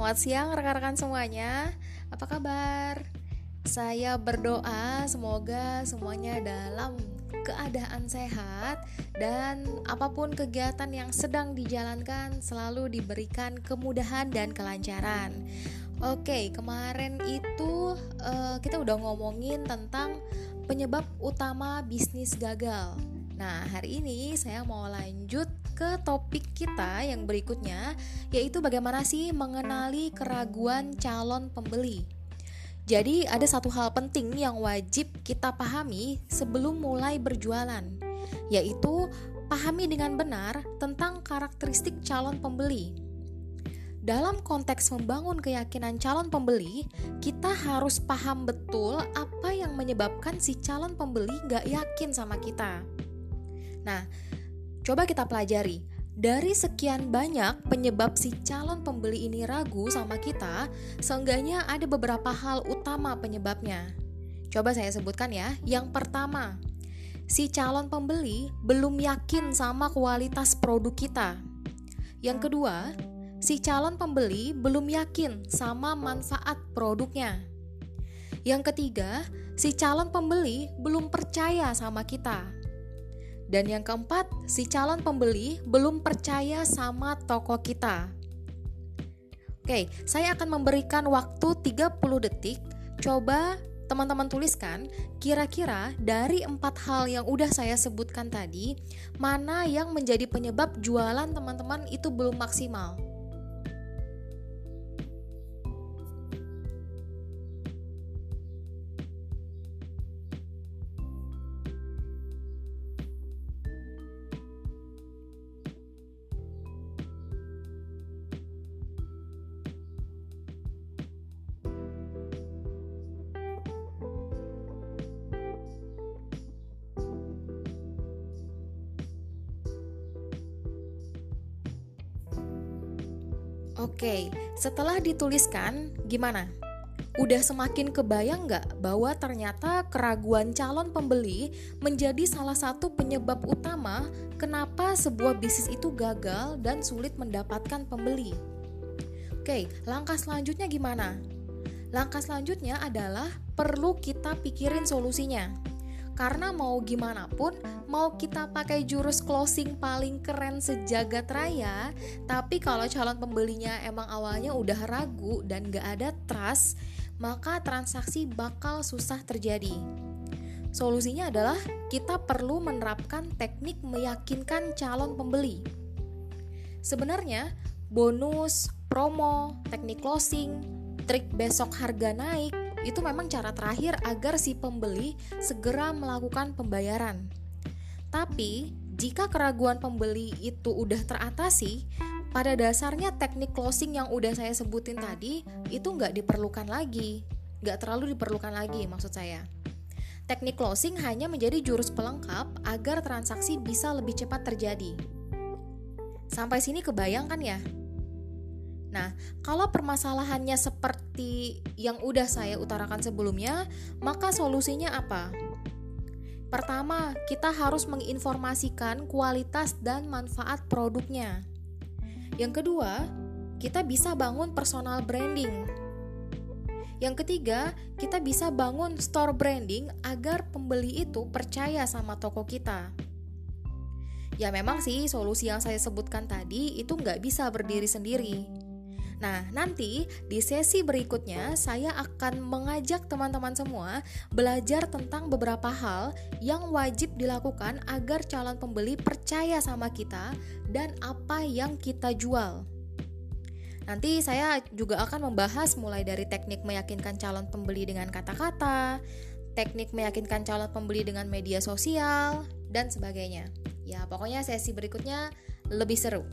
Selamat siang rekan-rekan semuanya. Apa kabar? Saya berdoa semoga semuanya dalam keadaan sehat dan apapun kegiatan yang sedang dijalankan selalu diberikan kemudahan dan kelancaran. Oke, kemarin itu kita udah ngomongin tentang penyebab utama bisnis gagal. Nah, hari ini saya mau lanjut ke topik kita yang berikutnya, yaitu bagaimana sih mengenali keraguan calon pembeli. Jadi ada satu hal penting yang wajib kita pahami sebelum mulai berjualan, yaitu pahami dengan benar tentang karakteristik calon pembeli. Dalam konteks membangun keyakinan calon pembeli, kita harus paham betul apa yang menyebabkan si calon pembeli gak yakin sama kita. Nah, coba kita pelajari. Dari sekian banyak penyebab si calon pembeli ini ragu sama kita, seenggaknya ada beberapa hal utama penyebabnya. Coba saya sebutkan ya. Yang pertama, si calon pembeli belum yakin sama kualitas produk kita. Yang kedua, si calon pembeli belum yakin sama manfaat produknya. Yang ketiga, si calon pembeli belum percaya sama kita. Dan yang keempat, si calon pembeli belum percaya sama toko kita. Oke, saya akan memberikan waktu 30 detik. Coba teman-teman tuliskan, kira-kira dari 4 hal yang udah saya sebutkan tadi, mana yang menjadi penyebab jualan teman-teman itu belum maksimal? Oke, setelah dituliskan, gimana? Udah semakin kebayang nggak bahwa ternyata keraguan calon pembeli menjadi salah satu penyebab utama kenapa sebuah bisnis itu gagal dan sulit mendapatkan pembeli? Oke, langkah selanjutnya gimana? Langkah selanjutnya adalah perlu kita pikirin solusinya. Karena mau gimana pun, mau kita pakai jurus closing paling keren sejagat raya, tapi kalau calon pembelinya emang awalnya udah ragu dan gak ada trust, maka transaksi bakal susah terjadi. Solusinya adalah kita perlu menerapkan teknik meyakinkan calon pembeli. Sebenarnya, bonus, promo, teknik closing, trik besok harga naik, itu memang cara terakhir agar si pembeli segera melakukan pembayaran. Tapi, jika keraguan pembeli itu udah teratasi, pada dasarnya teknik closing yang udah saya sebutin tadi, itu nggak diperlukan lagi. Nggak terlalu diperlukan lagi maksud saya. Teknik closing hanya menjadi jurus pelengkap agar transaksi bisa lebih cepat terjadi. Sampai sini kebayang kan ya? Nah, kalau permasalahannya seperti yang udah saya utarakan sebelumnya, maka solusinya apa? Pertama, kita harus menginformasikan kualitas dan manfaat produknya. Yang kedua, kita bisa bangun personal branding. Yang ketiga, kita bisa bangun store branding agar pembeli itu percaya sama toko kita. Ya memang sih solusi yang saya sebutkan tadi itu nggak bisa berdiri sendiri. Nah, nanti di sesi berikutnya saya akan mengajak teman-teman semua belajar tentang beberapa hal yang wajib dilakukan agar calon pembeli percaya sama kita dan apa yang kita jual. Nanti saya juga akan membahas mulai dari teknik meyakinkan calon pembeli dengan kata-kata, teknik meyakinkan calon pembeli dengan media sosial, dan sebagainya. Ya, pokoknya sesi berikutnya lebih seru.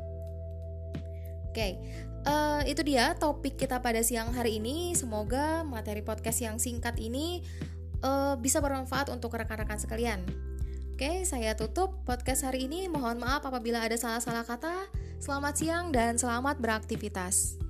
Oke, itu dia topik kita pada siang hari ini. Semoga materi podcast yang singkat ini bisa bermanfaat untuk rekan-rekan sekalian. Oke, saya tutup podcast hari ini. Mohon maaf apabila ada salah-salah kata. Selamat siang dan selamat beraktivitas.